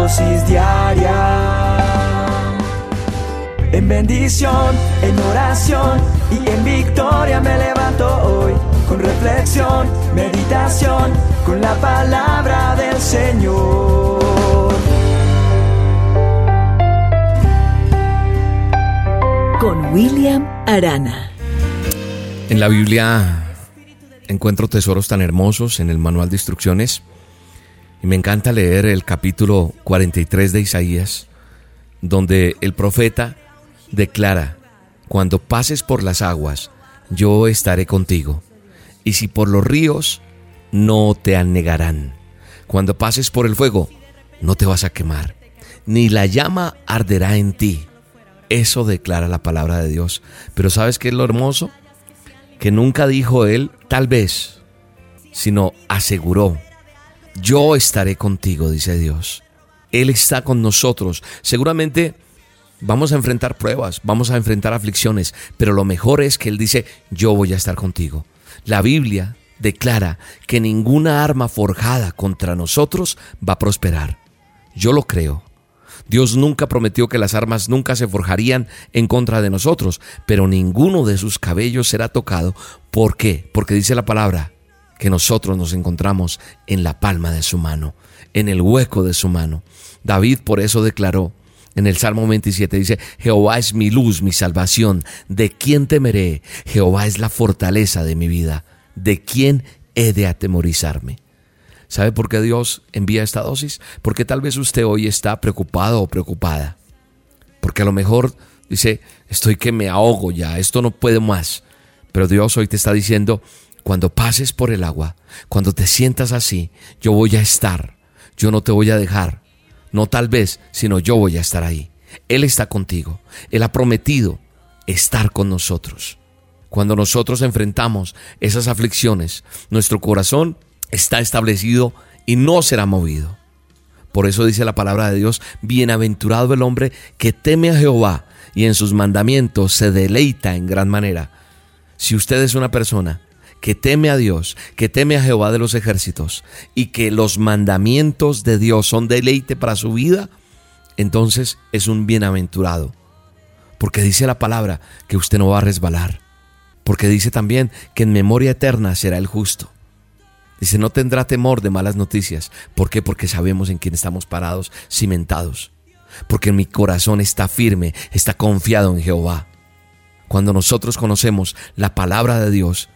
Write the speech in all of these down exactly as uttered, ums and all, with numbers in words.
dosis diaria. En bendición, en oración y en victoria me levanto hoy. Con reflexión, meditación, con la palabra del Señor. Con William Arana. En la Biblia encuentro tesoros tan hermosos en el manual de instrucciones y me encanta leer el capítulo cuarenta y tres de Isaías, donde el profeta declara: cuando pases por las aguas, yo estaré contigo, y si por los ríos, no te anegarán. Cuando pases por el fuego, no te vas a quemar, ni la llama arderá en ti. Eso declara la palabra de Dios. Pero ¿sabes qué es lo hermoso? Que nunca dijo él tal vez, sino aseguró: yo estaré contigo, dice Dios. Él está con nosotros. Seguramente vamos a enfrentar pruebas, vamos a enfrentar aflicciones, pero lo mejor es que Él dice: yo voy a estar contigo. La Biblia declara que ninguna arma forjada contra nosotros va a prosperar. Yo lo creo. Dios nunca prometió que las armas nunca se forjarían en contra de nosotros, pero ninguno de sus cabellos será tocado. ¿Por qué? Porque dice la palabra que nosotros nos encontramos en la palma de su mano, en el hueco de su mano. David por eso declaró en el Salmo veintisiete, dice: Jehová es mi luz, mi salvación, ¿de quién temeré? Jehová es la fortaleza de mi vida, ¿de quién he de atemorizarme? ¿Sabe por qué Dios envía esta dosis? Porque tal vez usted hoy está preocupado o preocupada. Porque a lo mejor dice: estoy que me ahogo ya, esto no puedo más. Pero Dios hoy te está diciendo: cuando pases por el agua, cuando te sientas así, yo voy a estar, yo no te voy a dejar. No tal vez, sino yo voy a estar ahí. Él está contigo. Él ha prometido estar con nosotros. Cuando nosotros enfrentamos esas aflicciones, nuestro corazón está establecido y no será movido. Por eso dice la palabra de Dios: bienaventurado el hombre que teme a Jehová y en sus mandamientos se deleita en gran manera. Si usted es una persona que teme a Dios, que teme a Jehová de los ejércitos y que los mandamientos de Dios son deleite para su vida, entonces es un bienaventurado. Porque dice la palabra que usted no va a resbalar. Porque dice también que en memoria eterna será el justo. Dice: no tendrá temor de malas noticias. ¿Por qué? Porque sabemos en quién estamos parados, cimentados. Porque mi corazón está firme, está confiado en Jehová. Cuando nosotros conocemos la palabra de Dios,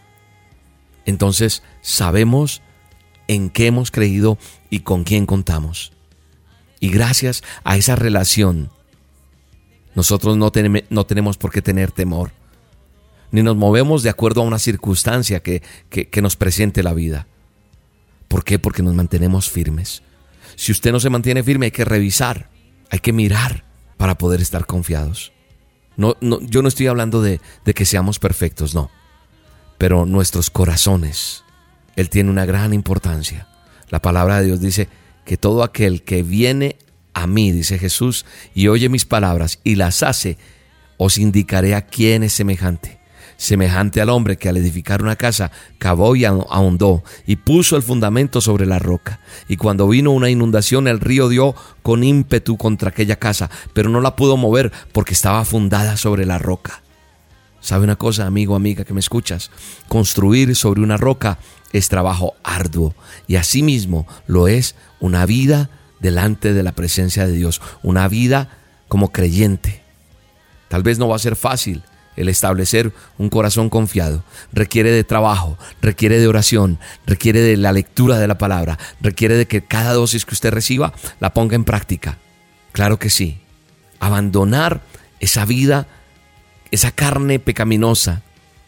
entonces sabemos en qué hemos creído y con quién contamos. Y gracias a esa relación, nosotros no, ten- no tenemos por qué tener temor, ni nos movemos de acuerdo a una circunstancia que, que, que nos presente la vida. ¿Por qué? Porque nos mantenemos firmes. Si usted no se mantiene firme, hay que revisar, hay que mirar para poder estar confiados. No, no, yo no estoy hablando de, de que seamos perfectos, no. Pero nuestros corazones, Él tiene una gran importancia. La palabra de Dios dice que todo aquel que viene a mí, dice Jesús, y oye mis palabras y las hace, os indicaré a quién es semejante. Semejante al hombre que al edificar una casa cavó y ahondó y puso el fundamento sobre la roca. Y cuando vino una inundación, el río dio con ímpetu contra aquella casa, pero no la pudo mover porque estaba fundada sobre la roca. ¿Sabe una cosa, amigo, amiga, que me escuchas? Construir sobre una roca es trabajo arduo, y asimismo lo es una vida delante de la presencia de Dios, una vida como creyente. Tal vez no va a ser fácil el establecer un corazón confiado. Requiere de trabajo, requiere de oración, requiere de la lectura de la palabra, requiere de que cada dosis que usted reciba la ponga en práctica. Claro que sí. Abandonar esa vida, esa carne pecaminosa,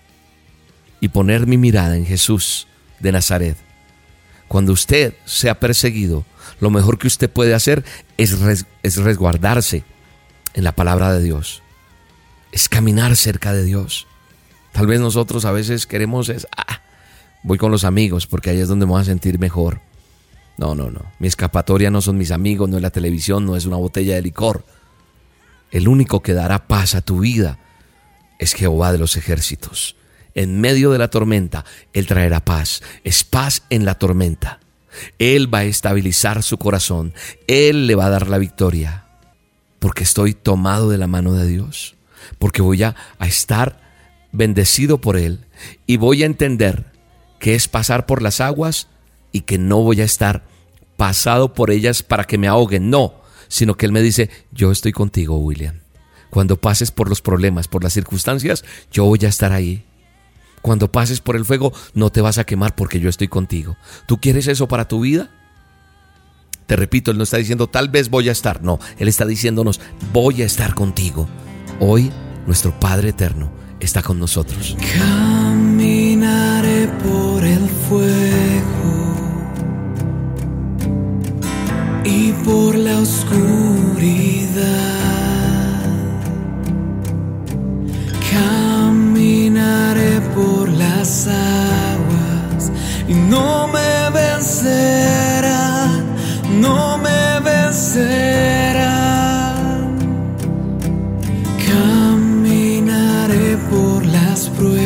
y poner mi mirada en Jesús de Nazaret. Cuando usted sea perseguido, lo mejor que usted puede hacer es, res, es resguardarse en la palabra de Dios. Es caminar cerca de Dios. Tal vez nosotros a veces queremos es, ah, voy con los amigos porque ahí es donde me voy a sentir mejor. No, no, no. Mi escapatoria no son mis amigos, no es la televisión, no es una botella de licor. El único que dará paz a tu vida es Jehová de los ejércitos. En medio de la tormenta, Él traerá paz. Es paz en la tormenta. Él va a estabilizar su corazón. Él le va a dar la victoria. Porque estoy tomado de la mano de Dios. Porque voy a, a estar bendecido por Él. Y voy a entender que es pasar por las aguas y que no voy a estar pasado por ellas para que me ahoguen. No, sino que Él me dice, yo estoy contigo, William. Cuando pases por los problemas, por las circunstancias, yo voy a estar ahí. Cuando pases por el fuego, no te vas a quemar porque yo estoy contigo. ¿Tú quieres eso para tu vida? Te repito, Él no está diciendo tal vez voy a estar. No, Él está diciéndonos voy a estar contigo. Hoy nuestro Padre eterno está con nosotros. Caminaré por el fuego y por la oscuridad. Caminaré por las aguas y no me vencerán, no me vencerán. Caminaré por las pruebas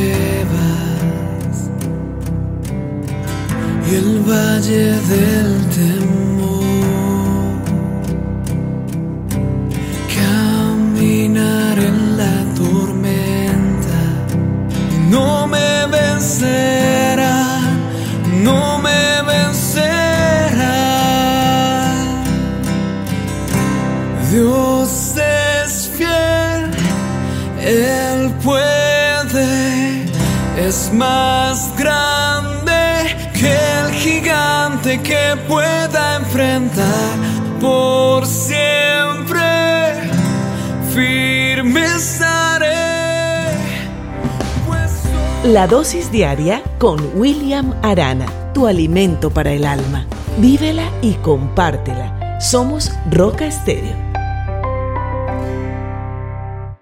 y el valle del temor. Caminaré en la tormenta. No me vencerá, no me vencerá. Dios es fiel, Él puede, es más grande que el gigante que pueda enfrentar por siempre. Firme estaré. La dosis diaria con William Arana, tu alimento para el alma. Vívela y compártela. Somos Roca Estéreo.